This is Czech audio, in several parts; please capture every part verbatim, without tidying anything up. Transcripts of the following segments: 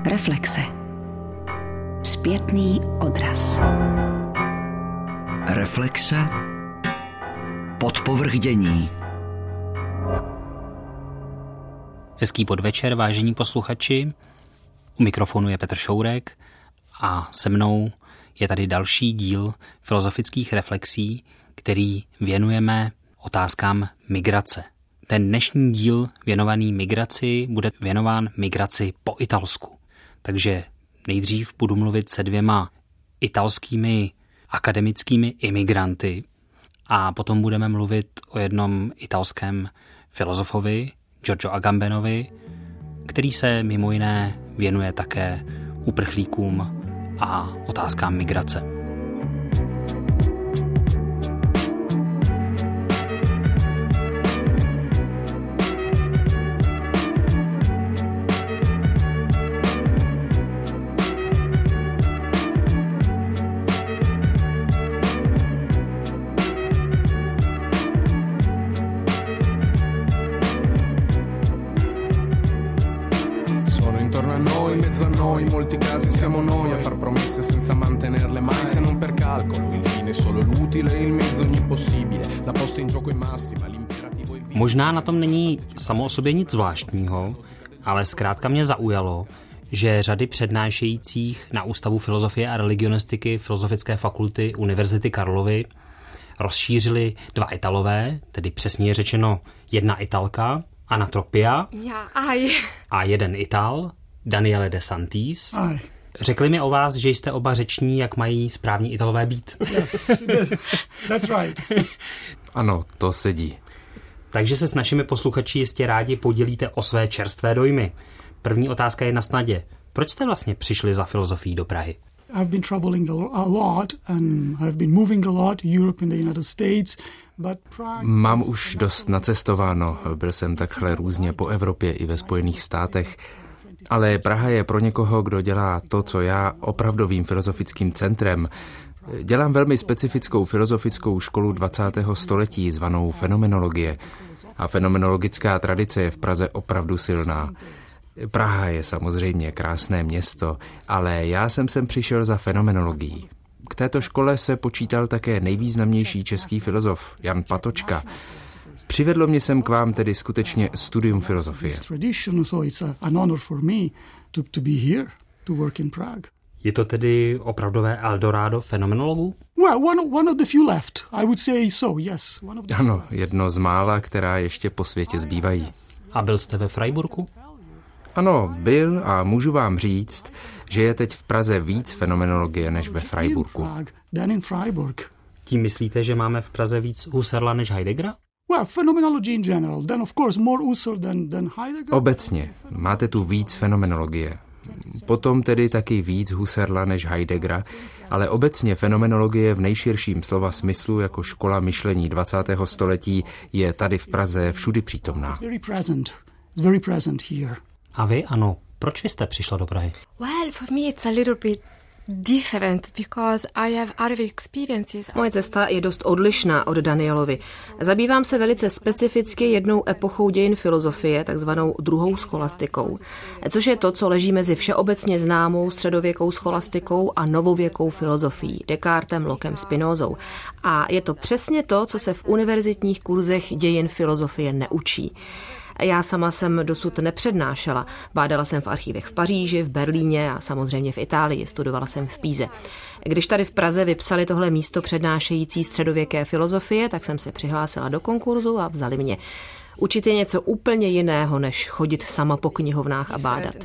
Reflexe. Zpětný odraz. Reflexe. Podpovrchdění. Hezký podvečer, vážení posluchači. U mikrofonu je Petr Šourek a se mnou je tady další díl filozofických reflexí, který věnujeme otázkám migrace. Ten dnešní díl věnovaný migraci bude věnován migraci po italsku. Takže nejdřív budu mluvit se dvěma italskými akademickými imigranty a potom budeme mluvit o jednom italském filozofovi, Giorgio Agambenovi, který se mimo jiné věnuje také uprchlíkům a otázkám migrace. molti casi siamo noi a far promesse senza mantenerle mai, se non per calcolo, il fine è solo l'utile, il mezzo ogni possibile, la posta in gioco è massima, l'imperativo è vita. Možná na tom není samo o sobě nic zvláštního, ale zkrátka mě zaujalo, že řady přednášejících na Ústavu filozofie a religionistiky Filozofické fakulty Univerzity Karlovy rozšířili dva Italové, tedy přesně řečeno jedna Italka, Anna Troppia, a jeden Ital, Daniele De Santis. Aj. Řekli mi o vás, že jste oba řeční, jak mají správní Italové být. Yes, that's right. Ano, to sedí. Takže se s našimi posluchači jistě rádi podělíte o své čerstvé dojmy. První otázka je na snadě. Proč jste vlastně přišli za filozofií do Prahy? I've been traveling a lot and I've been moving a lot, Europe and the United States, but Prague... Mám už dost nacestováno, byl jsem takhle různě po Evropě i ve Spojených státech, ale Praha je pro někoho, kdo dělá to, co já, opravdovým filozofickým centrem. Dělám velmi specifickou filozofickou školu dvacátého století zvanou fenomenologie a fenomenologická tradice je v Praze opravdu silná. Praha je samozřejmě krásné město, ale já jsem sem přišel za fenomenologií. K této škole se počítal také nejvýznamnější český filozof Jan Patočka. Přivedlo mě sem k vám tedy skutečně studium filozofie. Je to tedy opravdové Eldorado fenomenologů? Ano, jedno z mála, která ještě po světě zbývají. A byl jste ve Freiburgu? Ano, byl a můžu vám říct, že je teď v Praze víc fenomenologie než ve Freiburgu. Tím myslíte, že máme v Praze víc Husserla než Heideggera? Obecně, máte tu víc fenomenologie. Potom tedy taky víc Husserla než Heideggera, ale obecně fenomenologie v nejširším slova smyslu jako škola myšlení dvacátého století je tady v Praze všudy přítomná. A vy, ano, proč vy jste přišla do Prahy? Well, for me it's a little bit different because I have other experiences. Moje cesta je dost odlišná od Danielovy. Zabývám se velice specificky jednou epochou dějin filozofie, takzvanou druhou scholastikou, což je to, co leží mezi všeobecně známou středověkou scholastikou a novověkou filozofií, Descartem, Lockem, Spinozou. A je to přesně to, co se v univerzitních kurzech dějin filozofie neučí. Já sama jsem dosud nepřednášela. Bádala jsem v archívech v Paříži, v Berlíně a samozřejmě v Itálii. Studovala jsem v Píze. Když tady v Praze vypsali tohle místo přednášející středověké filozofie, tak jsem se přihlásila do konkurzu a vzali mě. Učit je něco úplně jiného, než chodit sama po knihovnách a bádat.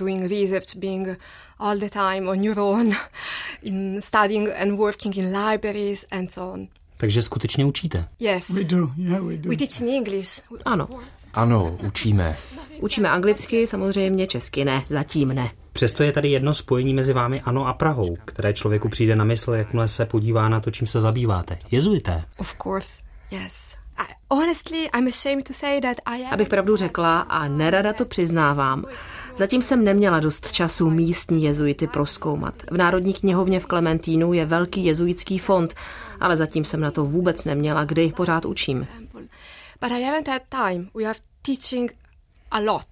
All the time on your own, in studying and working in libraries and so on. Takže skutečně učíte? Yes. We do, yeah, we do. We teach in English. Ano. Ano, učíme. Učíme anglicky, samozřejmě česky ne, zatím ne. Přesto je tady jedno spojení mezi vámi, ano, a Prahou, které člověku přijde na mysl, jakmile se podívá na to, čím se zabýváte. Jezuité. Of course, yes. I, honestly, I'm ashamed to say that I am... Abych pravdu řekla a nerada to přiznávám, zatím jsem neměla dost času místní jezuity prozkoumat. V Národní knihovně v Klementínu je velký jezuitský fond, ale zatím jsem na to vůbec neměla, kdy pořád učím. But I haven't had time. We are teaching a lot.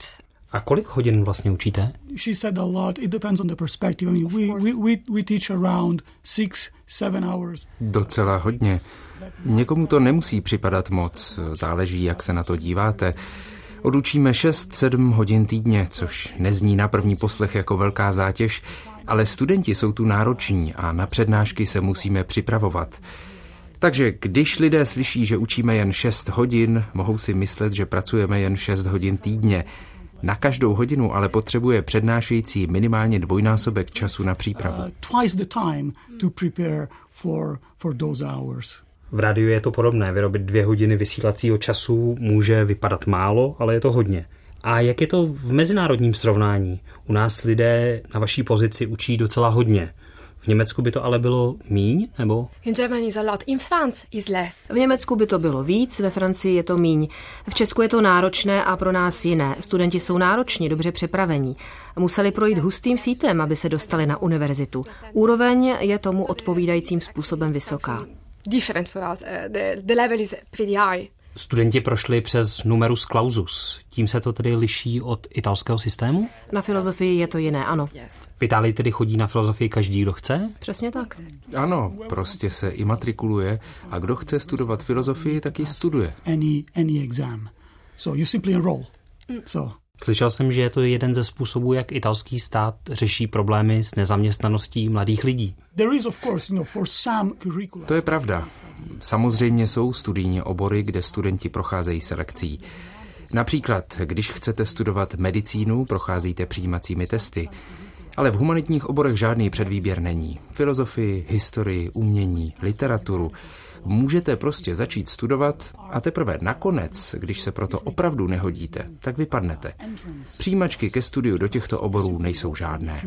A kolik hodin vlastně učíte? She said a lot. It depends on the perspective. I mean, we, we, we, we teach around six, seven hours. Docela hodně. Někomu to nemusí připadat moc, záleží, jak se na to díváte. Odučíme šest sedm hodin týdně, což nezní na první poslech jako velká zátěž, ale studenti jsou tu nároční a na přednášky se musíme připravovat. Takže když lidé slyší, že učíme jen šest hodin, mohou si myslet, že pracujeme jen šest hodin týdně. Na každou hodinu ale potřebuje přednášející minimálně dvojnásobek času na přípravu. Uh, twice the time to prepare for, for those hours. V rádiu je to podobné. Vyrobit dvě hodiny vysílacího času může vypadat málo, ale je to hodně. A jak je to v mezinárodním srovnání? U nás lidé na vaší pozici učí docela hodně. V Německu by to ale bylo míň, nebo? In Germany is a lot. In France is less. V Německu by to bylo víc, ve Francii je to míň. V Česku je to náročné a pro nás jiné. Studenti jsou nároční, dobře připravení. Museli projít hustým sítem, aby se dostali na univerzitu. Úroveň je tomu odpovídajícím způsobem vysoká. Different for us. Uh, the, the level is pretty high. Studenti prošli přes numerus clausus. Tím se to tedy liší od italského systému? Na filozofii je to jiné, ano. V Itálii tedy chodí na filozofii každý, kdo chce? Přesně tak. Ano, prostě se imatrikuluje a kdo chce studovat filozofii, tak ji studuje. Any, any exam. So you simply enroll. So. Slyšel jsem, že je to jeden ze způsobů, jak italský stát řeší problémy s nezaměstnaností mladých lidí. There is of course, you know, for some curricula. To je pravda. Samozřejmě jsou studijní obory, kde studenti procházejí selekcí. Například, když chcete studovat medicínu, procházíte přijímacími testy. Ale v humanitních oborech žádný předvýběr není. Filozofii, historii, umění, literaturu. Můžete prostě začít studovat a teprve nakonec, když se proto opravdu nehodíte, tak vypadnete. Přijímačky ke studiu do těchto oborů nejsou žádné.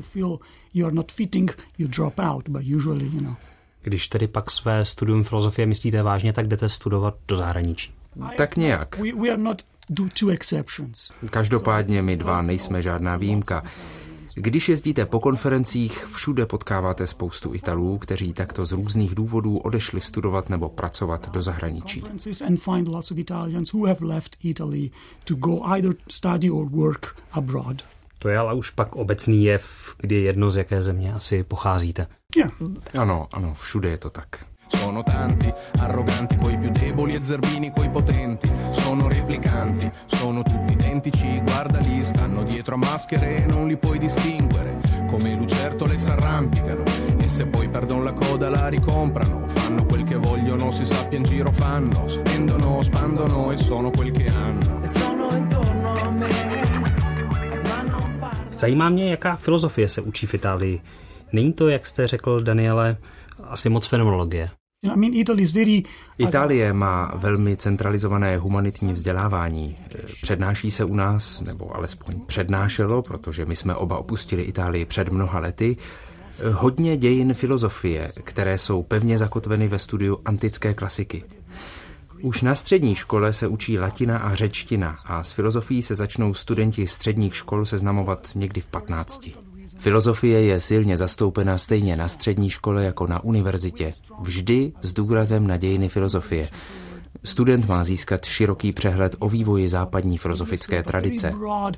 Když tedy pak své studium filozofie myslíte vážně, tak jdete studovat do zahraničí. Tak nějak. Každopádně my dva nejsme žádná výjimka. Když jezdíte po konferencích, všude potkáváte spoustu Italů, kteří takto z různých důvodů odešli studovat nebo pracovat do zahraničí. To je ale už pak obecný jev, kdy je jedno, z jaké země asi pocházíte. Yeah. Ano, ano, všude je to tak. Sono tanti, arroganti coi più deboli e zerbini coi potenti. Sono replicanti, sono tutti identici, guardali, stanno dietro a maschere e non li puoi distinguere. Come lucertole s'arrampicano e se poi perdono la coda la ricomprano. Fanno quel che vogliono, si sappia in giro fanno. Spendono, spandono e sono quel che hanno. E sono intorno a me. Zajímá mě, jaká filozofie se učí v Itálii. Není to, jak jste řekl, Daniele, asi moc fenomenologie. Itálie má velmi centralizované humanitní vzdělávání. Přednáší se u nás, nebo alespoň přednášelo, protože my jsme oba opustili Itálii před mnoha lety, hodně dějin filozofie, které jsou pevně zakotveny ve studiu antické klasiky. Už na střední škole se učí latina a řečtina a s filozofií se začnou studenti středních škol seznamovat někdy v patnácti. Filozofie je silně zastoupena stejně na střední škole jako na univerzitě, vždy s důrazem na dějiny filozofie. Student má získat široký přehled o vývoji západní filozofické tradice.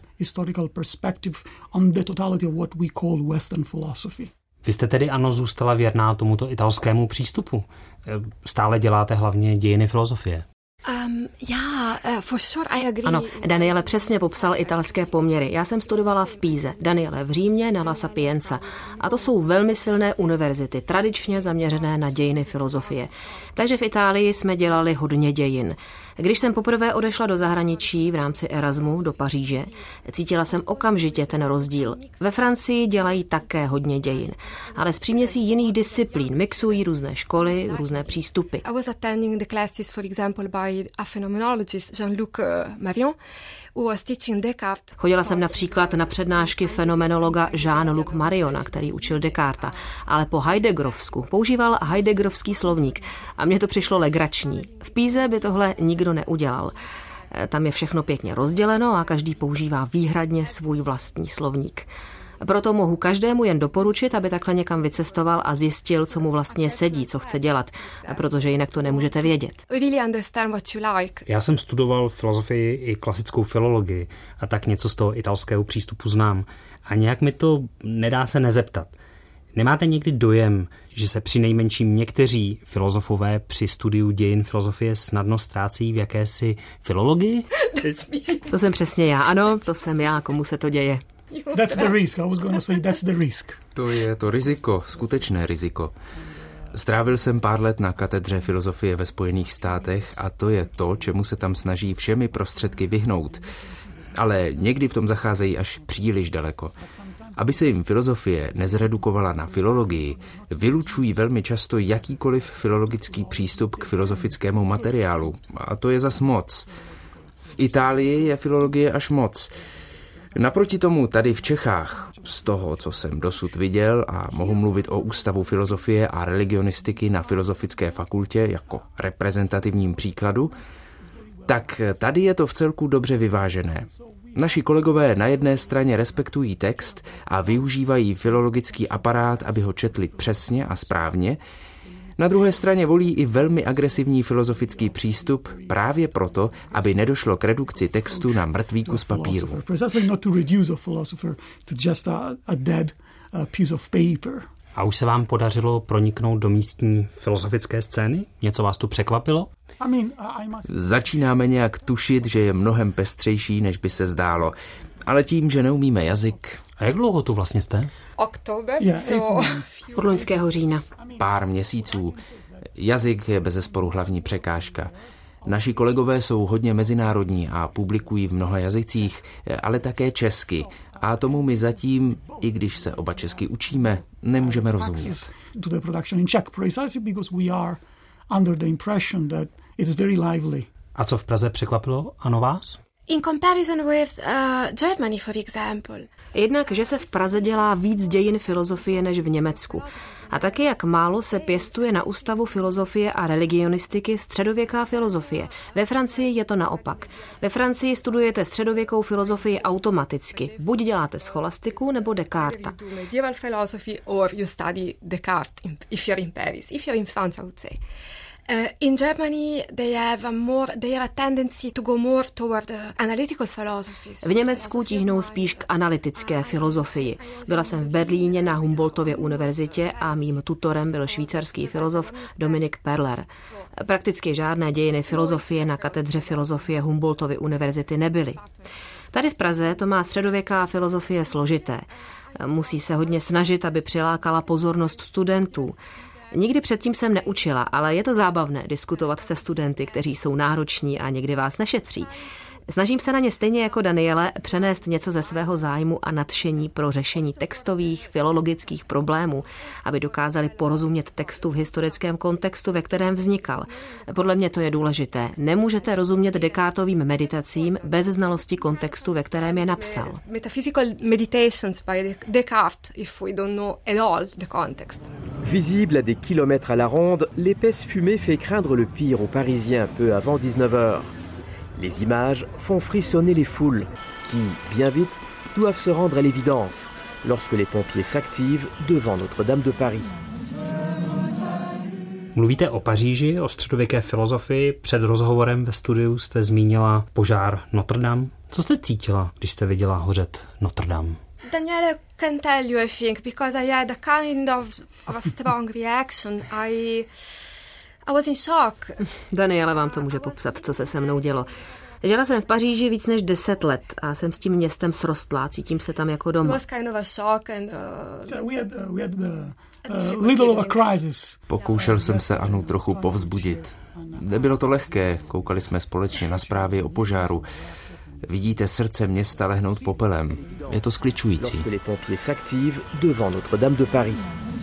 Vy jste tedy, ano, zůstala věrná tomuto italskému přístupu. Stále děláte hlavně dějiny filozofie. Um, yeah, uh, for sure, I agree. Ano, Daniele přesně popsal italské poměry. Já jsem studovala v Píze, Daniele v Římě na La Sapienza. A to jsou velmi silné univerzity, tradičně zaměřené na dějiny filozofie. Takže v Itálii jsme dělali hodně dějin. Když jsem poprvé odešla do zahraničí v rámci Erasmu do Paříže, cítila jsem okamžitě ten rozdíl. Ve Francii dělají také hodně dějin, ale s příměsí jiných disciplín, mixují různé školy, různé přístupy. I was attending the classes, for example, by a phenomenologist, Jean-Luc Marion, who was teaching Descartes. Chodila jsem například na přednášky fenomenologa Jean-Luc Mariona, který učil Descarta, ale po Heideggerovsku používal Heideggerovský slovník a mně to přišlo legrační. V Píze by tohle nikdo neudělal. Tam je všechno pěkně rozděleno a každý používá výhradně svůj vlastní slovník. Proto mohu každému jen doporučit, aby takhle někam vycestoval a zjistil, co mu vlastně sedí, co chce dělat, protože jinak to nemůžete vědět. Já jsem studoval filozofii i klasickou filologii a tak něco z toho italského přístupu znám. A nějak mi to nedá se nezeptat. Nemáte někdy dojem, že se při nejmenším někteří filozofové při studiu dějin filozofie snadno ztrácí v jakési filologii? To jsem přesně já, ano, to jsem já, komu se to děje. That's the risk. I was going to say that's the risk. To je to riziko, skutečné riziko. Strávil jsem pár let na katedře filozofie ve Spojených státech a to je to, čemu se tam snaží všemi prostředky vyhnout. Ale někdy v tom zacházejí až příliš daleko. Aby se jim filozofie nezredukovala na filologii, vylučují velmi často jakýkoliv filologický přístup k filozofickému materiálu. A to je zas moc. V Itálii je filologie až moc. Naproti tomu tady v Čechách, z toho, co jsem dosud viděl, a mohu mluvit o Ústavu filozofie a religionistiky na Filozofické fakultě jako reprezentativním příkladu, tak tady je to vcelku dobře vyvážené. Naši kolegové na jedné straně respektují text a využívají filologický aparát, aby ho četli přesně a správně, na druhé straně volí i velmi agresivní filozofický přístup právě proto, aby nedošlo k redukci textu na mrtvý kus papíru. A už se vám podařilo proniknout do místní filozofické scény? Něco vás tu překvapilo? Začínáme nějak tušit, že je mnohem pestřejší, než by se zdálo. Ale tím, že neumíme jazyk... A jak dlouho tu vlastně jste? Oktober, od loňského října. Pár měsíců. Jazyk je bezesporu hlavní překážka. Naši kolegové jsou hodně mezinárodní a publikují v mnoha jazycích, ale také česky. A tomu my zatím, i když se oba česky učíme, nemůžeme rozumět. A co v Praze překvapilo, ano vás? In comparison with uh, Germany, for example. Jednak, že se v Praze dělá víc dějin filozofie než v Německu. A taky, jak málo se pěstuje na Ústavu filozofie a religionistiky středověká filozofie. Ve Francii je to naopak. Ve Francii studujete středověkou filozofii automaticky. Buď děláte scholastiku nebo Descartes. Medieval philosophy or you study Descartes if you're in Paris. If you're in France, I would say. Uh, in Germany, they have a more, they have a tendency to go more toward the analytical philosophies. V Německu tíhnou spíš k analytické filozofii. Byla jsem v Berlíně na Humboldtově univerzitě a mým tutorem byl švýcarský filozof Dominik Perler. Prakticky žádné dějiny filozofie na katedře filozofie Humboldtovy univerzity nebyly. Tady v Praze to má středověká filozofie složité. Musí se hodně snažit, aby přilákala pozornost studentů. Nikdy předtím jsem neučila, ale je to zábavné diskutovat se studenty, kteří jsou nároční a někdy vás nešetří. Snažím se na ně stejně jako Daniele přenést něco ze svého zájmu a nadšení pro řešení textových, filologických problémů, aby dokázali porozumět textu v historickém kontextu, ve kterém vznikal. Podle mě to je důležité. Nemůžete rozumět Descartovým meditacím bez znalosti kontextu, ve kterém je napsal. Metaphysical meditations by Descartes, if we don't know at all the context. Visible à des kilomètres à la ronde, l'épaisse fumée fait craindre le pire aux Parisiens peu avant dix-neuf heures. Les images font frissonner les foules qui, bien vite, doivent se rendre à l'évidence lorsque les pompiers s'activent devant Notre-Dame de Paris. Mluvíte o Paříži, o středověké filozofii. Před rozhovorem ve studiu jste zmínila požár Notre Dame. Co jste cítila, když jste viděla hořet Notre Dame? Daniele can tell you, I think, because I had a kind of, of a strong reaction. I... I was in shock. Daniela vám to může popsat, co se se mnou dělo. Žila jsem v Paříži víc než deset let a jsem s tím městem srostlá, cítím se tam jako doma. It was kind of a shock and uh, we had, uh, we had uh, little of a crisis. Pokoušel jsem se Anu trochu povzbudit. Nebylo to lehké, koukali jsme společně na zprávy o požáru. Vidíte srdce města lehnout popelem. Je to skličující. Lorsque les pompiers s'activent devant Notre-Dame de Paris.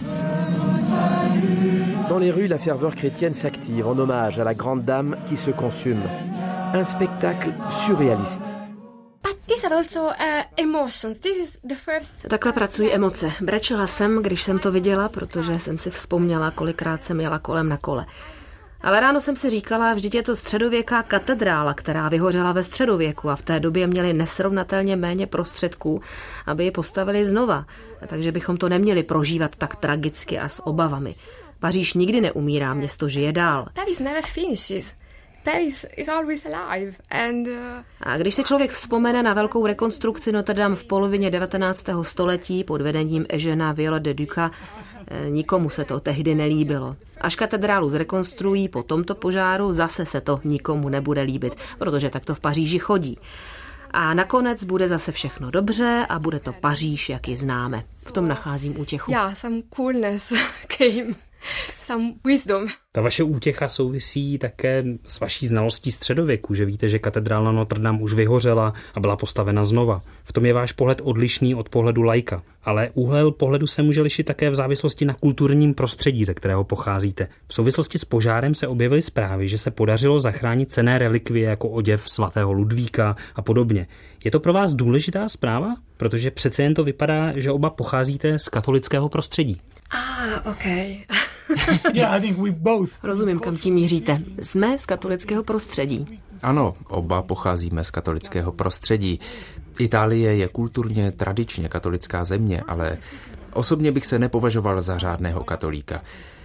Dans les rues, la ferveur chrétienne s'active en hommage à la grande dame qui se consume. Un spectacle surréaliste. Takhle pracují emoce. Brečela jsem, když jsem to viděla, protože jsem si vzpomněla, kolikrát jsem jela kolem na kole. Ale ráno jsem si říkala, vždyť je to středověká katedrála, která vyhořela ve středověku a v té době měli nesrovnatelně méně prostředků, aby ji postavili znova. Takže bychom to neměli prožívat tak tragicky a s obavami. Paříž nikdy neumírá, město žije dál. Paris never finishes. Paris is always alive. And, uh... A když si člověk vzpomene na velkou rekonstrukci Notre Dame v polovině devatenáctého století pod vedením Eugèna Viollet de Duca, nikomu se to tehdy nelíbilo. Až katedrálu zrekonstruují po tomto požáru, zase se to nikomu nebude líbit, protože tak to v Paříži chodí. A nakonec bude zase všechno dobře a bude to Paříž, jak ji známe. V tom nacházím útěchu. Yeah, some coolness came. Some wisdom. Ta vaše útěcha souvisí také s vaší znalostí středověku, že víte, že katedrála Notre Dame už vyhořela a byla postavena znova. V tom je váš pohled odlišný od pohledu laika, ale úhel pohledu se může lišit také v závislosti na kulturním prostředí, ze kterého pocházíte. V souvislosti s požárem se objevily zprávy, že se podařilo zachránit cenné relikvie jako oděv svatého Ludvíka a podobně. Je to pro vás důležitá zpráva? Protože přece jen to vypadá, že oba pocházíte z katolického prostředí. Ah, okay. Yeah, I think we both. Rozumím, kam tím míříte. Jsme z katolického prostředí. Ano, oba pocházíme z katolického prostředí. Itálie je kulturně tradičně katolická země, ale osobně bych se nepovažoval za řádného katolíka.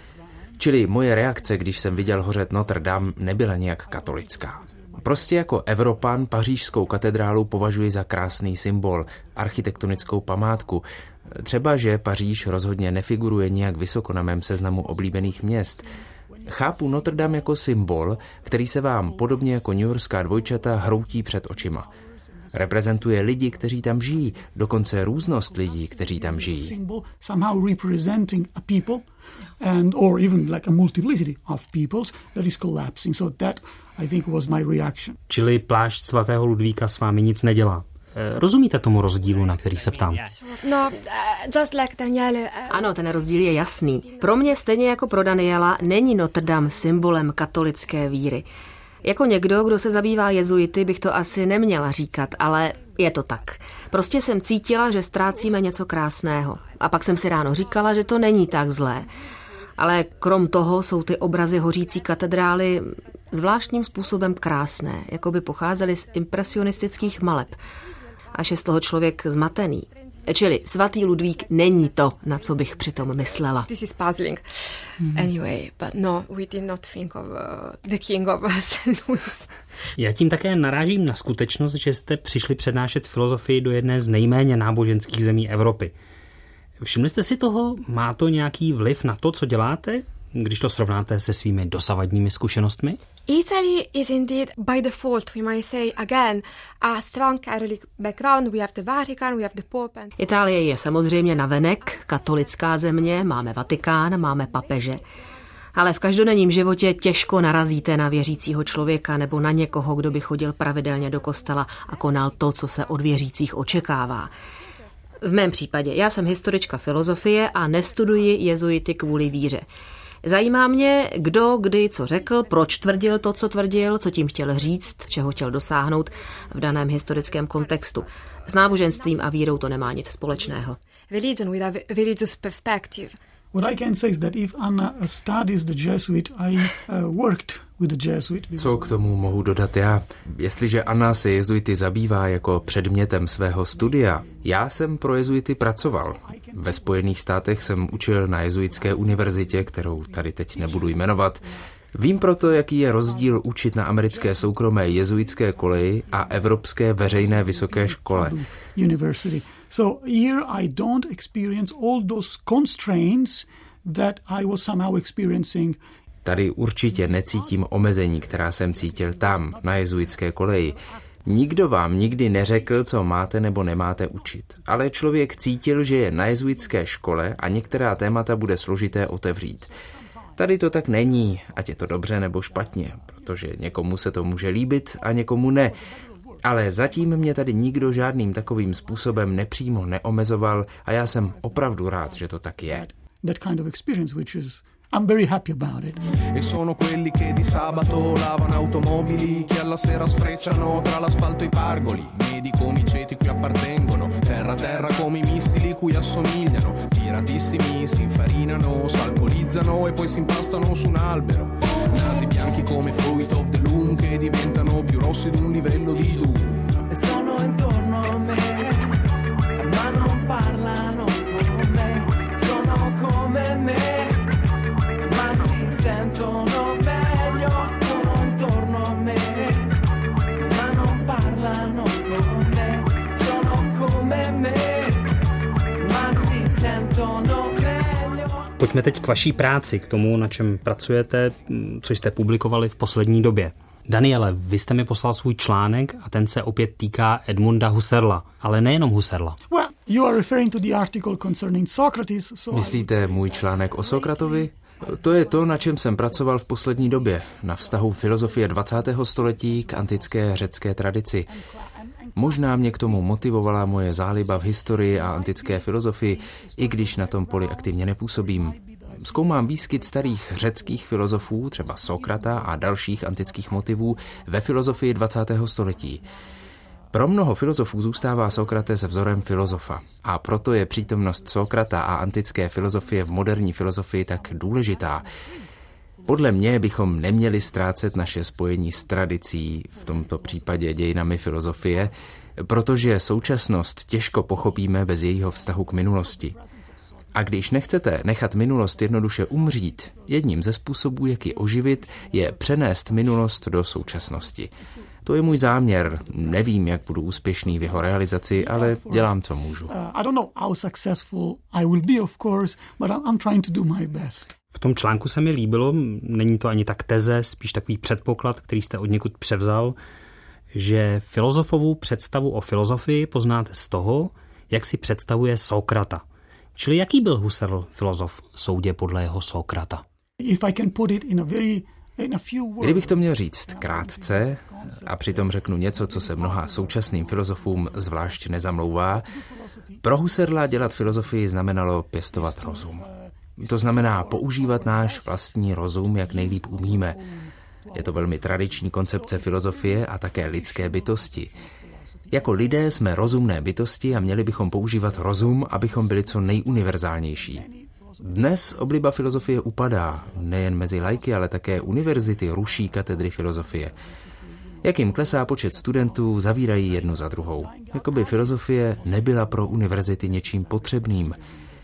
Čili moje reakce, když jsem viděl hořet Notre Dame, nebyla nějak katolická. Prostě jako Evropan pařížskou katedrálu považuji za krásný symbol, architektonickou památku. Třeba, že Paříž rozhodně nefiguruje nějak vysoko na mém seznamu oblíbených měst. Chápu Notre Dame jako symbol, který se vám podobně jako newyorská dvojčata hroutí před očima. Reprezentuje lidi, kteří tam žijí, dokonce různost lidí, kteří tam žijí. Somehow representing a people and or even like a multiplicity of peoples that is collapsing. So that I think was my reaction. Čili plášť svatého Ludvíka s vámi nic nedělá. Rozumíte tomu rozdílu, na který se ptám? No, uh, just like Daniel. Uh... Ano, ten rozdíl je jasný. Pro mě stejně jako pro Daniela není Notre Dame symbolem katolické víry. Jako někdo, kdo se zabývá jezuity, bych to asi neměla říkat, ale je to tak. Prostě jsem cítila, že ztrácíme něco krásného. A pak jsem si ráno říkala, že to není tak zlé. Ale krom toho jsou ty obrazy hořící katedrály zvláštním způsobem krásné, jako by pocházely z impresionistických maleb. Až je z toho člověk zmatený. Čili svatý Ludvík není to, na co bych přitom myslela. This is puzzling. Mm. Anyway, but no, we did not think of uh, the king of Saint Louis. Já tím také narážím na skutečnost, že jste přišli přednášet filozofii do jedné z nejméně náboženských zemí Evropy. Všimli jste si toho? Má to nějaký vliv na to, co děláte, když to srovnáte se svými dosavadními zkušenostmi? Italy is indeed by default, we might say again, a strong Catholic background. We have the Vatican, we have the Pope. And... Itálie je samozřejmě navenek katolická země, máme Vatikán, máme papeže. Ale v každodenním životě těžko narazíte na věřícího člověka nebo na někoho, kdo by chodil pravidelně do kostela a konal to, co se od věřících očekává. V mém případě, já jsem historička filozofie a nestuduji jezuity kvůli víře. Zajímá mě, kdo, kdy, co řekl, proč tvrdil to, co tvrdil, co tím chtěl říct, čeho chtěl dosáhnout v daném historickém kontextu. S náboženstvím a vírou to nemá nic společného. Religion with a religious perspective. What I can say is that if Anna studies the Jesuit, I uh, worked with the Jesuit. Co k tomu mohu dodat já? Jestliže Anna se jezuity zabývá jako předmětem svého studia, já jsem pro jezuity pracoval. Ve Spojených státech jsem učil na jezuitské univerzitě, kterou tady teď nebudu jmenovat. Vím proto, jaký je rozdíl učit na americké soukromé jezuitské koleji a evropské veřejné vysoké škole. University. So here I don't experience all those constraints that I was somehow experiencing. Tady určitě necítím omezení, která jsem cítil tam, na jezuitské koleji. Nikdo vám nikdy neřekl, co máte nebo nemáte učit. Ale člověk cítil, že je na jezuitské škole a některá témata bude složité otevřít. Tady to tak není, ať je to dobře nebo špatně, protože někomu se to může líbit a někomu ne. Ale zatím mě tady nikdo žádným takovým způsobem nepřímo neomezoval a já jsem opravdu rád, že to tak je. That kind of experience, which is I'm very happy about it. E sono quelli che di sabato lavano automobili, che alla sera sfrecciano tra l'asfalto e i pargoli, medi come i ceti cui appartengono, terra terra come i missili cui assomigliano, tiratissimi si infarinano, s'alcolizzano e poi si impastano su un albero. Nasi rossi come fruit of the loom, che diventano più rossi di un livello di Doom. E sono intorno a me, ma non parlano con me, sono come me, ma si sentono meglio, sono intorno a me, ma non parlano con me, sono come me, ma si sentono meglio. Pojďme teď k vaší práci, k tomu, na čem pracujete, co jste publikovali v poslední době. Daniele, vy jste mi poslal svůj článek a ten se opět týká Edmunda Husserla, ale nejenom Husserla. Well, you are referring to the article concerning Socrates, so Myslíte můj článek o Sokratovi? To je to, na čem jsem pracoval v poslední době, na vztahu filozofie dvacátého století k antické řecké tradici. Možná mě k tomu motivovala moje záliba v historii a antické filozofii, i když na tom poli aktivně nepůsobím. Zkoumám výskyt starých řeckých filozofů, třeba Sokrata a dalších antických motivů ve filozofii dvacátého století. Pro mnoho filozofů zůstává Sokrates vzorem filozofa a proto je přítomnost Sokrata a antické filozofie v moderní filozofii tak důležitá. Podle mě bychom neměli ztrácet naše spojení s tradicí, v tomto případě dějinami filozofie, protože současnost těžko pochopíme bez jejího vztahu k minulosti. A když nechcete nechat minulost jednoduše umřít, jedním ze způsobů, jak ji oživit, je přenést minulost do současnosti. To je můj záměr. Nevím, jak budu úspěšný v jeho realizaci, ale dělám, co můžu. I don't know how successful I will be, of course, but I'm trying to do my best. V tom článku se mi líbilo, není to ani tak teze, spíš takový předpoklad, který jste odněkud převzal, že filozofovou představu o filozofii poznáte z toho, jak si představuje Sokrata. Čili jaký byl Husserl filozof soudě podle jeho Sokrata? If I can put it in a very in a few words. Kdybych to měl říct krátce a přitom řeknu něco, co se mnoha současným filozofům zvlášť nezamlouvá, pro Husserla dělat filozofii znamenalo pěstovat rozum. To znamená používat náš vlastní rozum, jak nejlíp umíme. Je to velmi tradiční koncepce filozofie a také lidské bytosti. Jako lidé jsme rozumné bytosti a měli bychom používat rozum, abychom byli co nejuniverzálnější. Dnes obliba filozofie upadá, nejen mezi laiky, ale také univerzity ruší katedry filozofie. Jak jim klesá počet studentů, zavírají jednu za druhou. Jakoby filozofie nebyla pro univerzity něčím potřebným.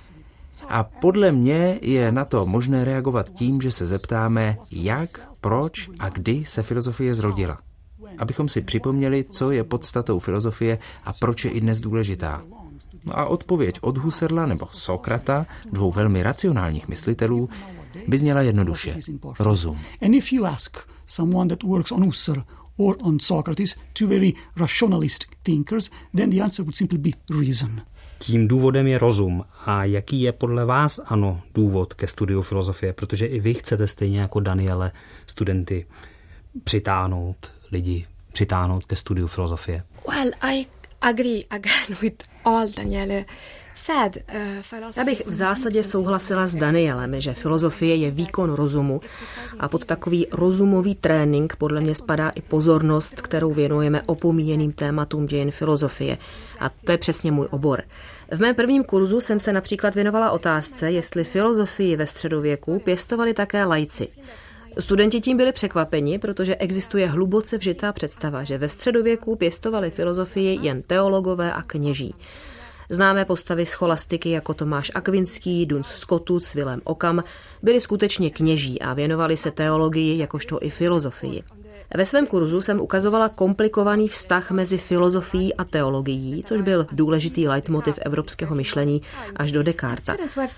A podle mě je na to možné reagovat tím, že se zeptáme, jak, proč a kdy se filozofie zrodila. Abychom si připomněli, co je podstatou filozofie a proč je i dnes důležitá. No a odpověď od Husserla nebo Sokrata, dvou velmi racionálních myslitelů, by zněla jednoduše. Rozum. And if you ask someone that works on Husserl or on Socrates, two very rationalistic thinkers, then the answer would simply be reason. Tím důvodem je rozum. A jaký je podle vás, ano, důvod ke studiu filozofie? Protože i vy chcete stejně jako Daniele studenty přitáhnout, lidi přitáhnout ke studiu filozofie. Well, I agree again with all Daniele said. Uh, Já bych v zásadě souhlasila s Danielem, že filozofie je výkon rozumu a pod takový rozumový trénink podle mě spadá i pozornost, kterou věnujeme opomíjeným tématům dějin filozofie. A to je přesně můj obor. V mém prvním kurzu jsem se například věnovala otázce, jestli filozofii ve středověku pěstovali také laici. Studenti tím byli překvapeni, protože existuje hluboce vžitá představa, že ve středověku pěstovali filozofii jen teologové a kněží. Známé postavy scholastiky jako Tomáš Akvinský, Duns Scotus, Vilém Occam byli skutečně kněží a věnovali se teologii jakožto i filozofii. Ve svém kurzu jsem ukazovala komplikovaný vztah mezi filozofií a teologií, což byl důležitý leitmotiv evropského myšlení až do Descartes.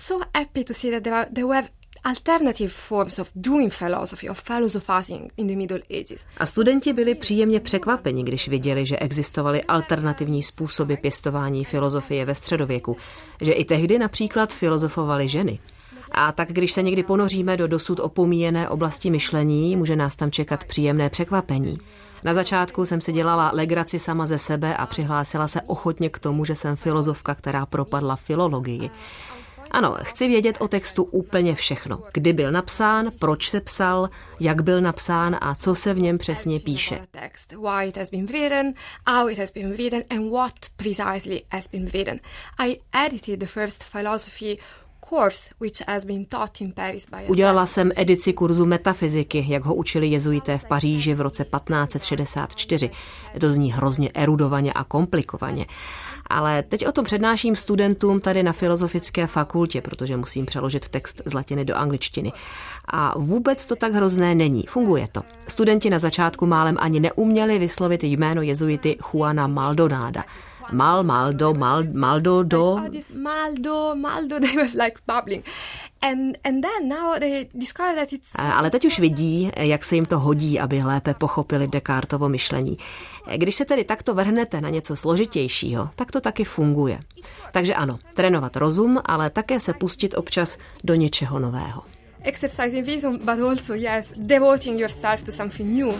Alternative forms of doing philosophy, of philosophizing in the Middle Ages. A studenti byli příjemně překvapeni, když viděli, že existovaly alternativní způsoby pěstování filozofie ve středověku, že i tehdy například filozofovaly ženy. A tak když se někdy ponoříme do dosud opomíjené oblasti myšlení, může nás tam čekat příjemné překvapení. Na začátku jsem si dělala legraci sama ze sebe a přihlásila se ochotně k tomu, že jsem filozofka, která propadla filologii. Ano, chci vědět o textu úplně všechno. Kdy byl napsán, proč se psal, jak byl napsán a co se v něm přesně píše. Why it has been written, how it has been written and what precisely has been written. I edited the first philosophy course which has been taught in Paris by a Udělala jsem edici kurzu metafyziky, jak ho učili jezuité v Paříži v roce patnáct set šedesát čtyři. To zní hrozně erudovaně a komplikovaně. Ale teď o tom přednáším studentům tady na Filozofické fakultě, protože musím přeložit text z latiny do angličtiny. A vůbec to tak hrozné není. Funguje to. Studenti na začátku málem ani neuměli vyslovit jméno jezuity Juana Maldonáda. Mal, Maldo, Mal, Maldo, do. Like, oh, this Maldo, Maldo, they were like babbling. And, and then now they discover that it's... Ale teď už vidí, jak se jim to hodí, aby lépe pochopili Descartovo myšlení. Když se tedy takto vrhnete na něco složitějšího, tak to taky funguje. Takže ano, trénovat rozum, ale také se pustit občas do něčeho nového. Exercising vision, but also, yes, devoting yourself to something new.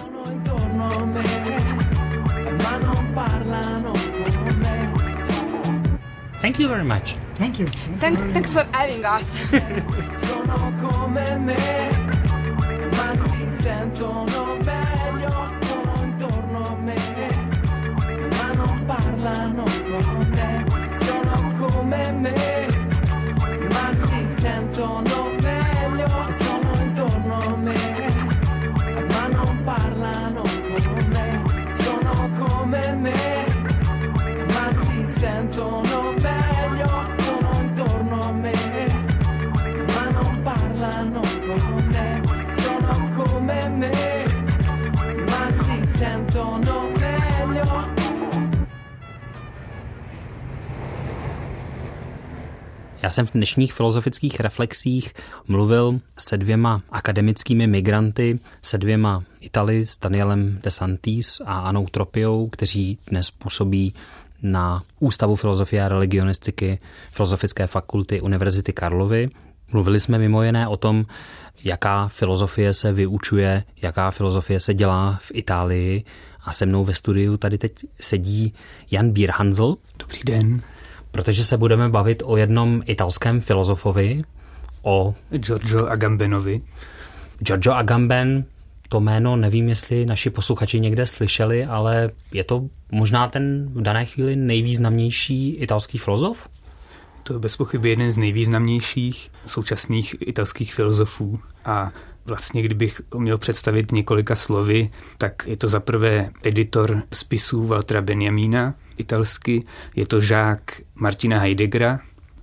Thank you very much. Thank you. Thanks, thanks for having us. Sono come me, ma si sentono meglio, sono intorno a me, ma non parlano con me. Sono come me, ma si sentono meglio, sono intorno a me, ma non parlano con me. Sono come me, ma si sentono meglio, sono intorno a me, ma non parlano con me. Sono come me, ma si sentono meglio. Já jsem v dnešních filozofických reflexích mluvil se dvěma akademickými migranty, se dvěma Italy, s Danielem De Santis a Anou Tropiou, kteří dnes působí na Ústavu filozofie a religionistiky Filozofické fakulty Univerzity Karlovy. Mluvili jsme mimo jiné o tom, jaká filozofie se vyučuje, jaká filozofie se dělá v Itálii. A se mnou ve studiu tady teď sedí Jan Bierhansl. Dobrý den. Protože se budeme bavit o jednom italském filozofovi, o Giorgio Agambenovi. Giorgio Agamben, to jméno nevím, jestli naši posluchači někde slyšeli, ale je to možná ten v dané chvíli nejvýznamnější italský filozof? To je bez pochyby jeden z nejvýznamnějších současných italských filozofů. A vlastně, kdybych měl představit několika slovy, tak je to zaprvé editor spisů Waltera Benjamína italsky, je to žák Martina Heideggera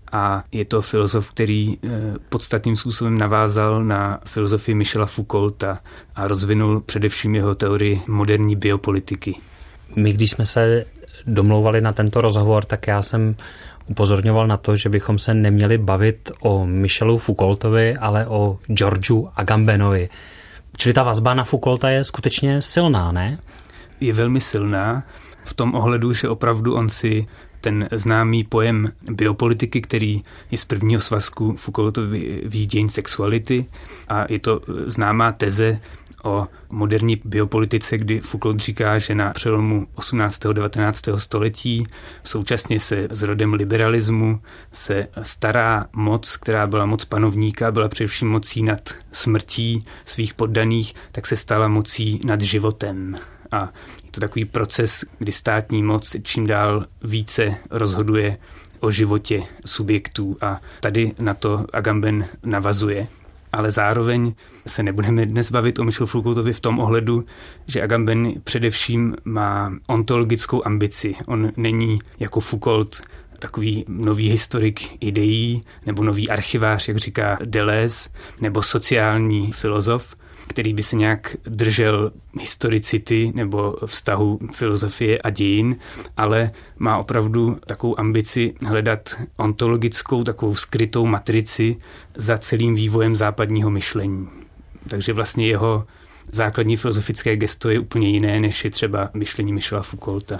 a je to filozof, který podstatným způsobem navázal na filozofii Michela Foucaulta a rozvinul především jeho teorii moderní biopolitiky. My, když jsme se domlouvali na tento rozhovor, tak já jsem upozorňoval na to, že bychom se neměli bavit o Michelu Foucaultovi, ale o Giorgiu Agambenovi. Čili ta vazba na Foucaulta je skutečně silná, ne? Je velmi silná v tom ohledu, že opravdu on si ten známý pojem biopolitiky, který je z prvního svazku Foucaultových dějin sexuality a je to známá teze o moderní biopolitice, kdy Foucault říká, že na přelomu osmnáctého a devatenáctého století současně se s rodem liberalismu se stará moc, která byla moc panovníka, byla především mocí nad smrtí svých poddaných, tak se stala mocí nad životem. A je to takový proces, kdy státní moc čím dál více rozhoduje o životě subjektů a tady na to Agamben navazuje. Ale zároveň se nebudeme dnes bavit o Michelu Foucaultovi v tom ohledu, že Agamben především má ontologickou ambici. On není jako Foucault takový nový historik ideí nebo nový archivář, jak říká Deleuze, nebo sociální filozof, který by se nějak držel historicity nebo vztahu filozofie a dějin, ale má opravdu takovou ambici hledat ontologickou, takovou skrytou matrici za celým vývojem západního myšlení. Takže vlastně jeho základní filozofické gesto je úplně jiné, než je třeba myšlení Michela Foucaulta.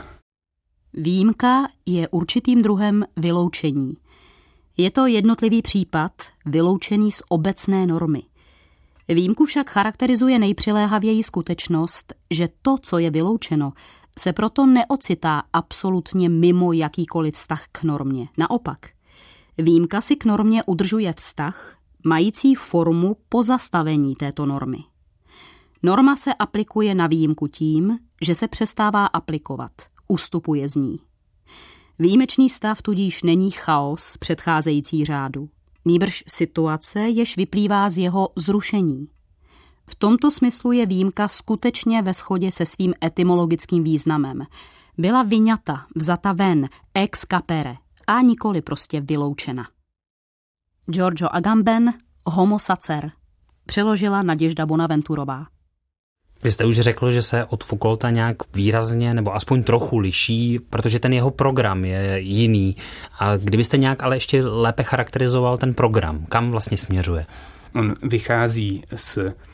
Výjimka je určitým druhem vyloučení. Je to jednotlivý případ vyloučený z obecné normy. Výjimku však charakterizuje nejpřiléhavěji skutečnost, že to, co je vyloučeno, se proto neocitá absolutně mimo jakýkoliv vztah k normě. Naopak, výjimka si k normě udržuje vztah, mající formu pozastavení této normy. Norma se aplikuje na výjimku tím, že se přestává aplikovat, ustupuje z ní. Výjimečný stav tudíž není chaos předcházející řádu. nýbrž situace, jež vyplývá z jeho zrušení. V tomto smyslu je výjimka skutečně ve shodě se svým etymologickým významem. Byla vyňata, vzata ven, ex capere, a nikoli prostě vyloučena. Giorgio Agamben, Homo sacer, přeložila Naděžda Bonaventurová. Vy jste už řekl, že se od Foucaulta nějak výrazně nebo aspoň trochu liší, protože ten jeho program je jiný. A kdybyste nějak ale ještě lépe charakterizoval ten program, kam vlastně směřuje? On vychází z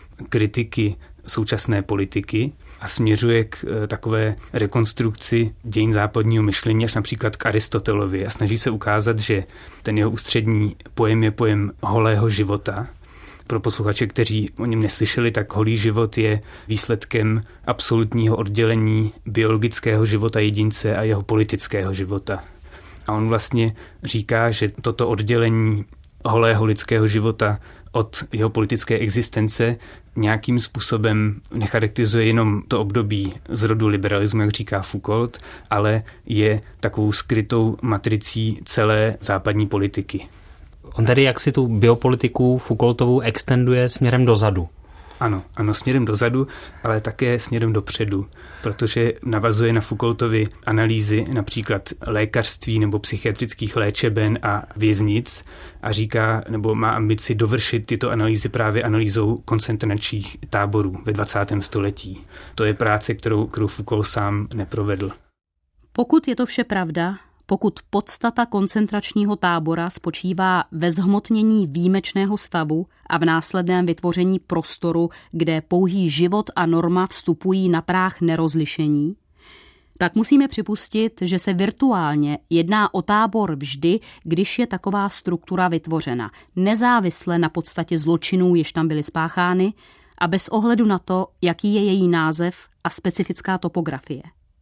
kritiky současné politiky a směřuje k takové rekonstrukci dějin západního myšlení až například k Aristotelovi a snaží se ukázat, že ten jeho ústřední pojem je pojem holého života. Pro posluchače, kteří o něm neslyšeli, tak holý život je výsledkem absolutního oddělení biologického života jedince a jeho politického života. A on vlastně říká, že toto oddělení holého lidského života od jeho politické existence nějakým způsobem necharakterizuje jenom to období z rodu liberalismu, jak říká Foucault, ale je takovou skrytou matricí celé západní politiky. On tedy jak si tu biopolitiku Foucaultovou extenduje směrem dozadu. Ano, ano, směrem dozadu, ale také směrem dopředu, protože navazuje na Foucaultovy analýzy například lékařství nebo psychiatrických léčeben a věznic a říká, nebo má ambici dovršit tyto analýzy právě analýzou koncentračních táborů ve dvacátém století. To je práce, kterou, kterou Foucault sám neprovedl. Pokud je to vše pravda, pokud podstata koncentračního tábora spočívá ve zhmotnění výjimečného stavu a v následném vytvoření prostoru, kde pouhý život a norma vstupují na práh nerozlišení, tak musíme připustit, že se virtuálně jedná o tábor vždy, když je taková struktura vytvořena, nezávisle na podstatě zločinů, jež tam byly spáchány, a bez ohledu na to, jaký je její název a specifická topografie.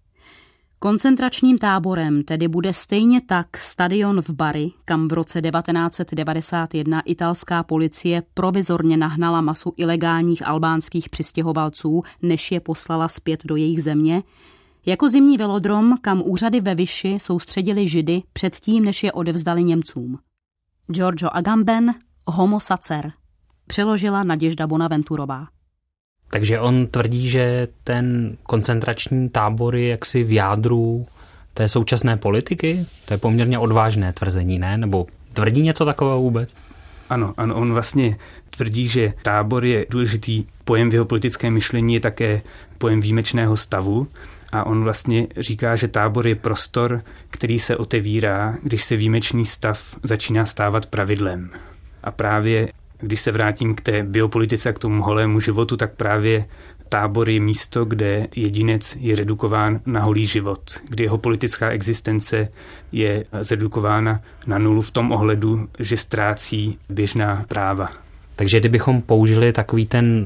Koncentračním táborem tedy bude stejně tak stadion v Bari, kam v roce devatenáct set devadesát jedna italská policie provizorně nahnala masu ilegálních albánských přistěhovalců, než je poslala zpět do jejich země, jako zimní velodrom, kam úřady ve Vichy soustředili Židy předtím, než je odevzdali Němcům. Giorgio Agamben, Homo sacer, přeložila Naděžda Bonaventurová. Takže on tvrdí, že ten koncentrační tábor je jaksi v jádru té současné politiky? To je poměrně odvážné tvrzení, ne? Nebo tvrdí něco takového vůbec? Ano, ano, on vlastně tvrdí, že tábor je důležitý pojem v jeho politickém myšlení, je také pojem výjimečného stavu a on vlastně říká, že tábor je prostor, který se otevírá, když se výjimečný stav začíná stávat pravidlem. A právě když se vrátím k té biopolitice a k tomu holému životu, tak právě tábor je místo, kde jedinec je redukován na holý život, kdy jeho politická existence je zredukována na nulu v tom ohledu, že ztrácí běžná práva. Takže kdybychom použili takový ten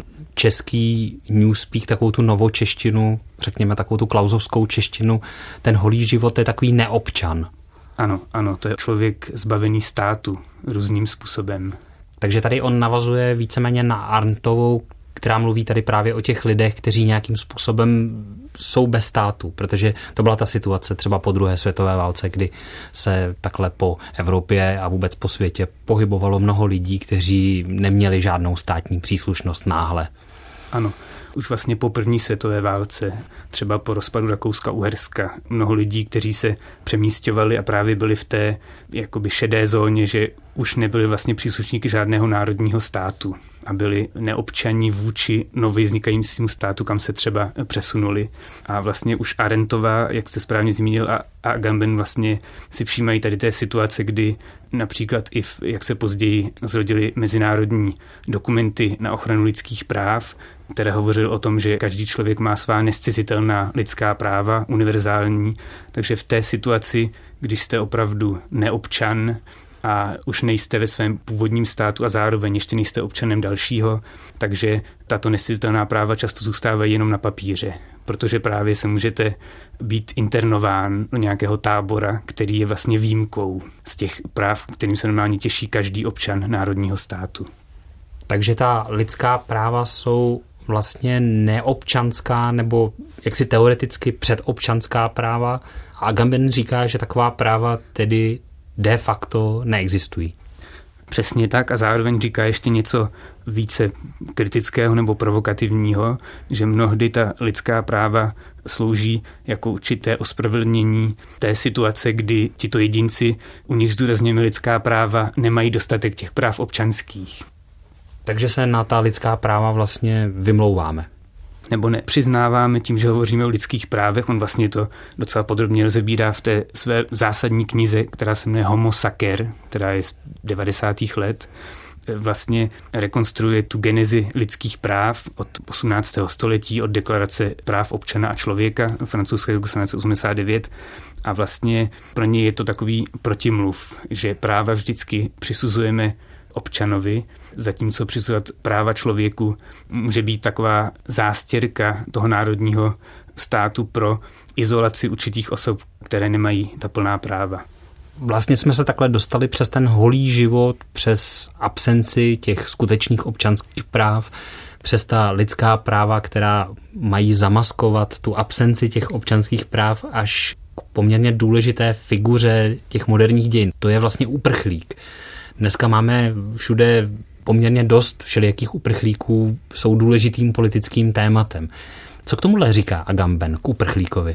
český newspeak, takovou tu novočeštinu, řekněme takovou tu klausovskou češtinu, ten holý život je takový neobčan. Ano, ano, to je člověk zbavený státu různým způsobem. Takže tady on navazuje víceméně na Arndtovou, která mluví tady právě o těch lidech, kteří nějakým způsobem jsou bez státu, protože to byla ta situace třeba po druhé světové válce, kdy se takhle po Evropě a vůbec po světě pohybovalo mnoho lidí, kteří neměli žádnou státní příslušnost náhle. Ano, už vlastně po první světové válce, třeba po rozpadu Rakouska-Uherska, mnoho lidí, kteří se přemísťovali a právě byli v té jakoby šedé zóně, že už nebyli vlastně příslušníky žádného národního státu a byli neobčaní vůči nově vznikajícímu státu, kam se třeba přesunuli. A vlastně už Arendtová, jak jste správně zmínil, a Agamben vlastně si všímají tady té situace, kdy například i, v, jak se později zrodily mezinárodní dokumenty na ochranu lidských práv, které hovořil o tom, že každý člověk má svá nezcizitelná lidská práva, univerzální. Takže v té situaci, když jste opravdu neobčan a už nejste ve svém původním státu a zároveň ještě nejste občanem dalšího, takže tato nezcizitelná práva často zůstávají jenom na papíře, protože právě se můžete být internován do nějakého tábora, který je vlastně výjimkou z těch práv, kterým se normálně těší každý občan národního státu. Takže ta lidská práva jsou vlastně neobčanská nebo jaksi teoreticky předobčanská práva a Agamben říká, že taková práva tedy de facto neexistují. Přesně tak a zároveň říká ještě něco více kritického nebo provokativního, že mnohdy ta lidská práva slouží jako určité ospravedlnění té situace, kdy tito jedinci, u nich zdůrazňujeme lidská práva, nemají dostatek těch práv občanských. Takže se na ta lidská práva vlastně vymlouváme. Nebo nepřiznáváme tím, že hovoříme o lidských právech. On vlastně to docela podrobně rozebírá v té své zásadní knize, která se jmenuje Homo Sacer, která je z devadesátých let. Vlastně rekonstruuje tu genezi lidských práv od osmnáctého století, od deklarace práv občana a člověka francouzské roku sedmnáct set osmdesát devět a vlastně pro něj je to takový protimluv, že práva vždycky přisuzujeme občanovi, zatímco přisuzovat práva člověku může být taková zástěrka toho národního státu pro izolaci určitých osob, které nemají ta plná práva. Vlastně jsme se takhle dostali přes ten holý život, přes absenci těch skutečných občanských práv, přes ta lidská práva, která mají zamaskovat tu absenci těch občanských práv až k poměrně důležité figuře těch moderních dějin. To je vlastně uprchlík. Dneska máme všude poměrně dost všelijakých uprchlíků, jsou důležitým politickým tématem. Co k tomuhle říká Agamben k uprchlíkovi?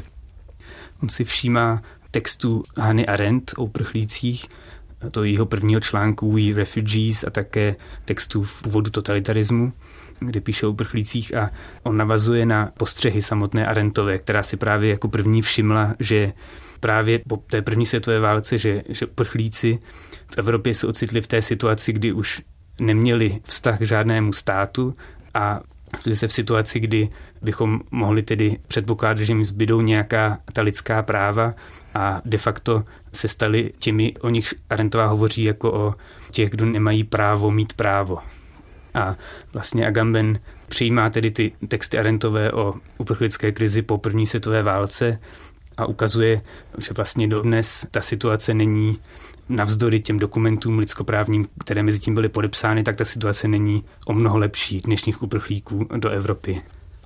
On si všímá textu Hannah Arendt o uprchlících, to jeho prvního článku We Refugees a také textu v původu totalitarismu, kde píše o uprchlících a on navazuje na postřehy samotné Arendtové, která si právě jako první všimla, že právě po té první světové válce, že, že uprchlíci v Evropě se ocitli v té situaci, kdy už neměli vztah k žádnému státu a ocitli se v situaci, kdy bychom mohli tedy předpokládat, že jim zbydou nějaká ta lidská práva a de facto se stali těmi, o nich Arendtová hovoří jako o těch, kdo nemají právo mít právo. A vlastně Agamben přijímá tedy ty texty Arendtové o uprchlické krizi po první světové válce a ukazuje, že vlastně dodnes ta situace není navzdory těm dokumentům lidskoprávním, které mezi tím byly podepsány, tak ta situace není o mnoho lepší dnešních uprchlíků do Evropy.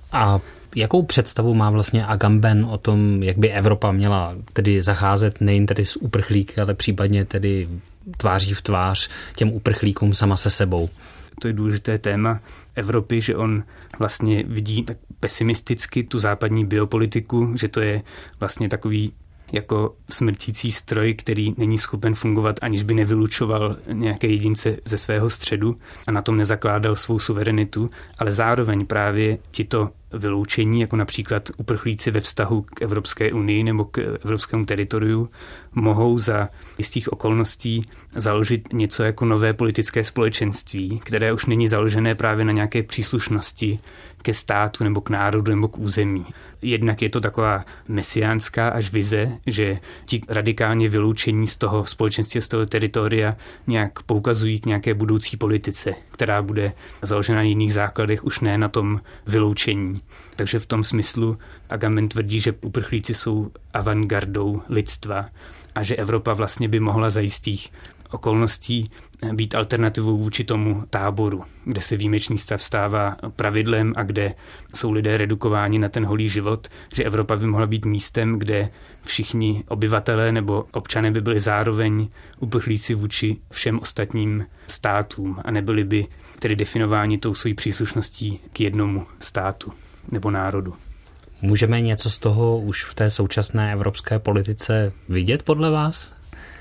A jakou představu má vlastně Agamben o tom, jak by Evropa měla tedy zacházet nejen tedy s uprchlíky, ale případně tedy tváří v tvář těm uprchlíkům sama se sebou? To je důležité téma Evropy, že on vlastně vidí tak pesimisticky tu západní biopolitiku, že to je vlastně takový jako smrtící stroj, který není schopen fungovat, aniž by nevylučoval nějaké jedince ze svého středu a na tom nezakládal svou suverenitu, ale zároveň právě tito vyloučení, jako například uprchlíci ve vztahu k Evropské unii nebo k evropskému teritoriu, mohou za jistých okolností založit něco jako nové politické společenství, které už není založené právě na nějaké příslušnosti ke státu nebo k národu nebo k území. Jednak je to taková mesiánská až vize, že ti radikálně vyloučení z toho společenství, z toho teritoria nějak poukazují k nějaké budoucí politice, která bude založena na jiných základech, už ne na tom vyloučení. Takže v tom smyslu Agamben tvrdí, že uprchlíci jsou avantgardou lidstva a že Evropa vlastně by mohla za jistých okolností být alternativou vůči tomu táboru, kde se výjimečný stav stává pravidlem a kde jsou lidé redukováni na ten holý život, že Evropa by mohla být místem, kde všichni obyvatelé nebo občané by byli zároveň uprchlíci vůči všem ostatním státům a nebyli by tedy definováni tou svojí příslušností k jednomu státu nebo národu. Můžeme něco z toho už v té současné evropské politice vidět podle vás?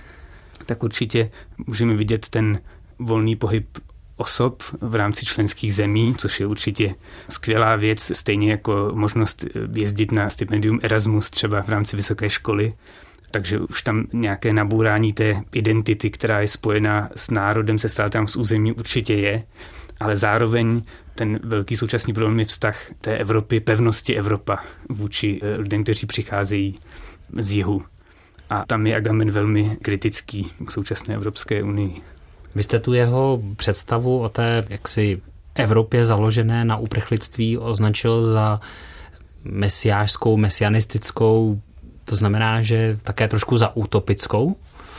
Tak určitě můžeme vidět ten volný pohyb osob v rámci členských zemí, což je určitě skvělá věc, stejně jako možnost jezdit na stipendium Erasmus třeba v rámci vysoké školy. Takže už tam nějaké nabourání té identity, která je spojená s národem, se státem, s území určitě je, ale zároveň ten velký současný problém je vztah té Evropy, pevnosti Evropa vůči lidem, kteří přicházejí z jihu. A tam je Agamben velmi kritický k současné Evropské unii. Vy jste tu jeho představu o té jaksi Evropě založené na uprchlictví označil za mesiášskou, mesianistickou, to znamená, že také trošku za utopickou?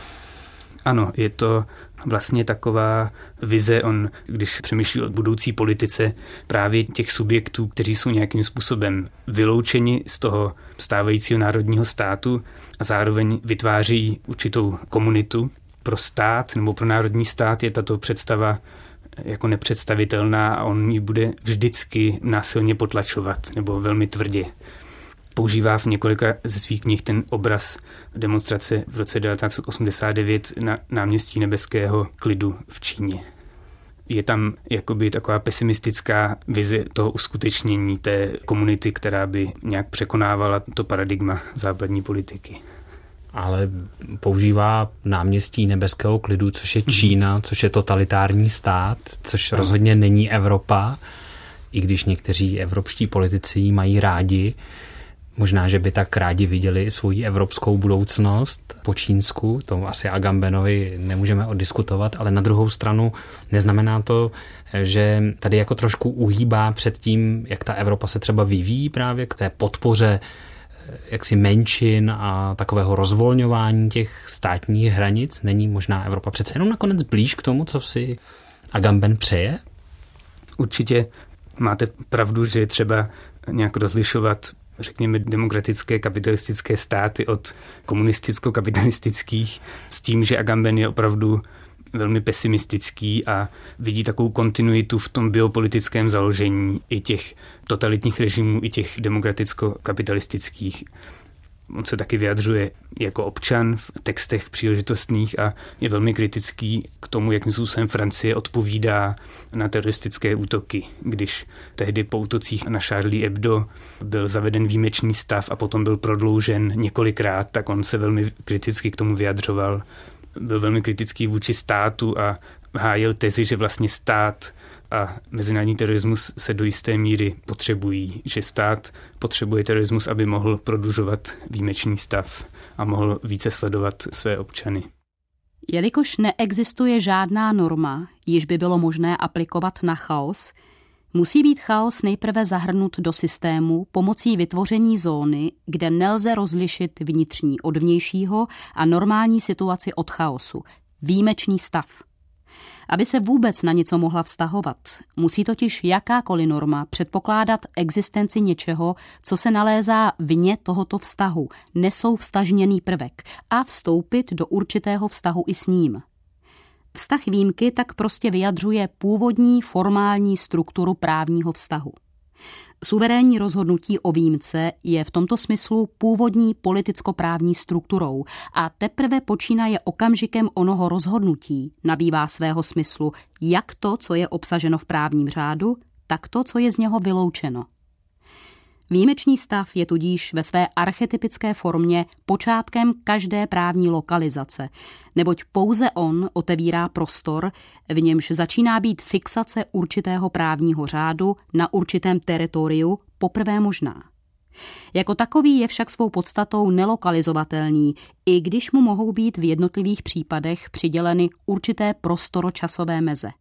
Ano, je to vlastně taková vize, on, když přemýšlí o budoucí politice právě těch subjektů, kteří jsou nějakým způsobem vyloučeni z toho stávajícího národního státu a zároveň vytváří určitou komunitu, pro stát nebo pro národní stát je tato představa jako nepředstavitelná a on ji bude vždycky násilně potlačovat nebo velmi tvrdě. Používá v několika ze svých knih ten obraz demonstrace v roce devatenáct set osmdesát devět na náměstí Nebeského klidu v Číně. Je tam jakoby taková pesimistická vize toho uskutečnění té komunity, která by nějak překonávala to paradigma západní politiky. Ale používá náměstí Nebeského klidu, což je Čína, což je totalitární stát, což rozhodně není Evropa, i když někteří evropští politici ji mají rádi. Možná, že by tak rádi viděli svoji evropskou budoucnost po Čínsku, to asi Agambenovi nemůžeme oddiskutovat, ale na druhou stranu neznamená to, že tady jako trošku uhýbá před tím, jak ta Evropa se třeba vyvíjí právě k té podpoře jaksi menšin a takového rozvolňování těch státních hranic. Není možná Evropa přece jenom nakonec blíž k tomu, co si Agamben přeje? Určitě máte pravdu, že je třeba nějak rozlišovat, řekněme, demokratické kapitalistické státy od komunisticko-kapitalistických s tím, že Agamben je opravdu velmi pesimistický a vidí takovou kontinuitu v tom biopolitickém založení i těch totalitních režimů, i těch demokraticko-kapitalistických. On se taky vyjadřuje jako občan v textech příležitostných a je velmi kritický k tomu, jakým způsobem Francie odpovídá na teroristické útoky. Když tehdy po útocích na Charlie Hebdo byl zaveden výjimečný stav a potom byl prodloužen několikrát, tak on se velmi kriticky k tomu vyjadřoval. Byl velmi kritický vůči státu a hájil tezi, že vlastně stát a mezinárodní terorismus se do jisté míry potřebují, že stát potřebuje terorismus, aby mohl prodlužovat výjimečný stav a mohl více sledovat své občany. Jelikož neexistuje žádná norma, již by bylo možné aplikovat na chaos, musí být chaos nejprve zahrnut do systému pomocí vytvoření zóny, kde nelze rozlišit vnitřní od vnějšího a normální situaci od chaosu. Výjimečný stav. Aby se vůbec na něco mohla vztahovat, musí totiž jakákoliv norma předpokládat existenci něčeho, co se nalézá vně tohoto vztahu, nesouvztažněný prvek, a vstoupit do určitého vztahu i s ním. Vztah výjimky tak prostě vyjadřuje původní formální strukturu právního vztahu. Suverénní rozhodnutí o výjimce je v tomto smyslu původní politicko-právní strukturou a teprve počínaje okamžikem onoho rozhodnutí nabývá svého smyslu jak to, co je obsaženo v právním řádu, tak to, co je z něho vyloučeno. Výjimečný stav je tudíž ve své archetypické formě počátkem každé právní lokalizace, neboť pouze on otevírá prostor, v němž začíná být fixace určitého právního řádu na určitém teritoriu poprvé možná. Jako takový je však svou podstatou nelokalizovatelný, i když mu mohou být v jednotlivých případech přiděleny určité prostoročasové meze.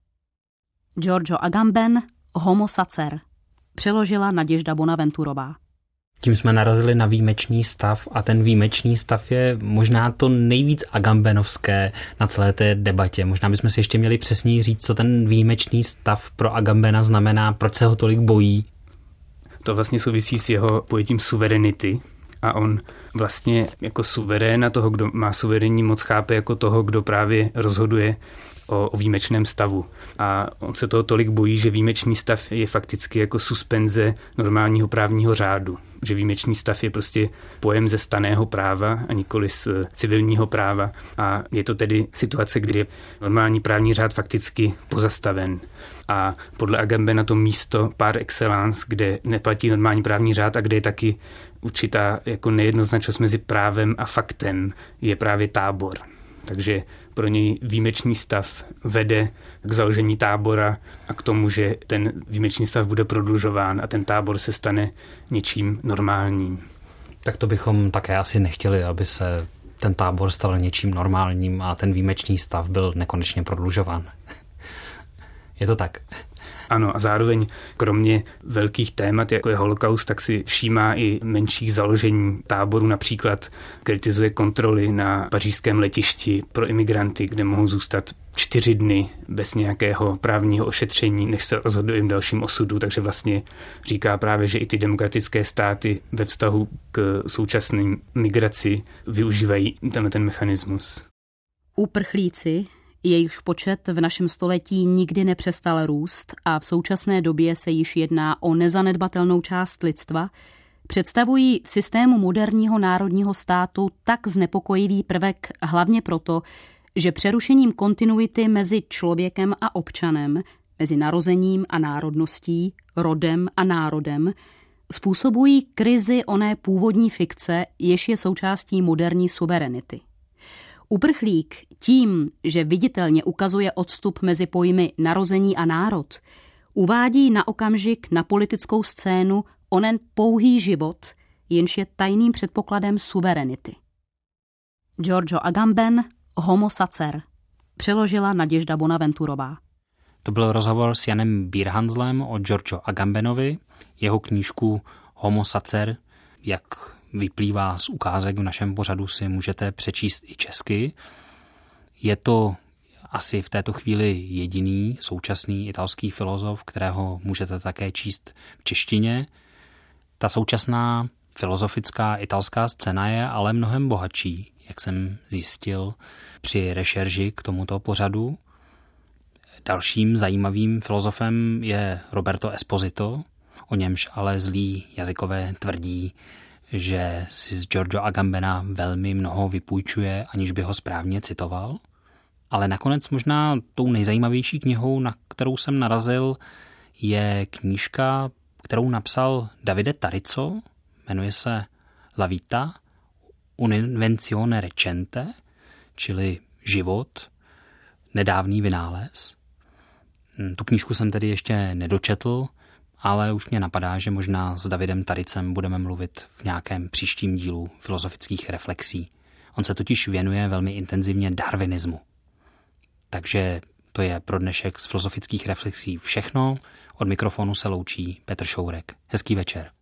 Giorgio Agamben, Homo sacer, přeložila Naděžda Bonaventurová. Tím jsme narazili na výjimečný stav a ten výjimečný stav je možná to nejvíc agambenovské na celé té debatě. Možná bychom si ještě měli přesněji říct, co ten výjimečný stav pro Agambena znamená, proč se ho tolik bojí. To vlastně souvisí s jeho pojetím suverenity a on vlastně jako suveréna toho, kdo má suverénní moc, chápe jako toho, kdo právě rozhoduje o, o výjimečném stavu. A on se toho tolik bojí, že výjimečný stav je fakticky jako suspenze normálního právního řádu. Že výjimečný stav je prostě pojem ze stanného práva a nikoli z civilního práva. A je to tedy situace, kdy je normální právní řád fakticky pozastaven. A podle Agambena to místo par excellence, kde neplatí normální právní řád a kde je taky určitá jako nejednoznačnost mezi právem a faktem, je právě tábor. Takže pro něj výjimečný stav vede k založení tábora a k tomu, že ten výjimečný stav bude prodlužován a ten tábor se stane něčím normálním. Tak to bychom také asi nechtěli, aby se ten tábor stal něčím normálním a ten výjimečný stav byl nekonečně prodlužován. Je to tak? Ano, a zároveň kromě velkých témat, jako je holokaust, tak si všímá i menších založení táborů. Například kritizuje kontroly na pařížském letišti pro imigranty, kde mohou zůstat čtyři dny bez nějakého právního ošetření, než se rozhoduje jim dalším osudu. Takže vlastně říká právě, že i ty demokratické státy ve vztahu k současné migraci využívají tenhle ten mechanismus. Uprchlíci, jejichž počet v našem století nikdy nepřestal růst a v současné době se již jedná o nezanedbatelnou část lidstva, představují v systému moderního národního státu tak znepokojivý prvek hlavně proto, že přerušením kontinuity mezi člověkem a občanem, mezi narozením a národností, rodem a národem, způsobují krizi oné původní fikce, jež je součástí moderní suverenity. Uprchlík tím, že viditelně ukazuje odstup mezi pojmy narození a národ, uvádí na okamžik na politickou scénu onen pouhý život, jenž je tajným předpokladem suverenity. Giorgio Agamben, Homo sacer, přeložila Naděžda Bonaventurová. To byl rozhovor s Janem Bírhanzlem o Giorgio Agambenovi. Jeho knížku Homo sacer, jak vyplývá z ukázek v našem pořadu, si můžete přečíst i česky. Je to asi v této chvíli jediný současný italský filozof, kterého můžete také číst v češtině. Ta současná filozofická italská scéna je ale mnohem bohatší, jak jsem zjistil při rešerži k tomuto pořadu. Dalším zajímavým filozofem je Roberto Esposito, o němž ale zlí jazykové tvrdí, že si z Giorgio Agambena velmi mnoho vypůjčuje, aniž by ho správně citoval. Ale nakonec možná tou nejzajímavější knihou, na kterou jsem narazil, je knížka, kterou napsal Davide Taricco, jmenuje se La vita, un'invenzione recente, čili život, nedávný vynález. Tu knížku jsem tedy ještě nedočetl, ale už mě napadá, že možná s Davidem Taricem budeme mluvit v nějakém příštím dílu filozofických reflexí. On se totiž věnuje velmi intenzivně darwinismu. Takže to je pro dnešek z filozofických reflexí všechno. Od mikrofonu se loučí Petr Šourek. Hezký večer.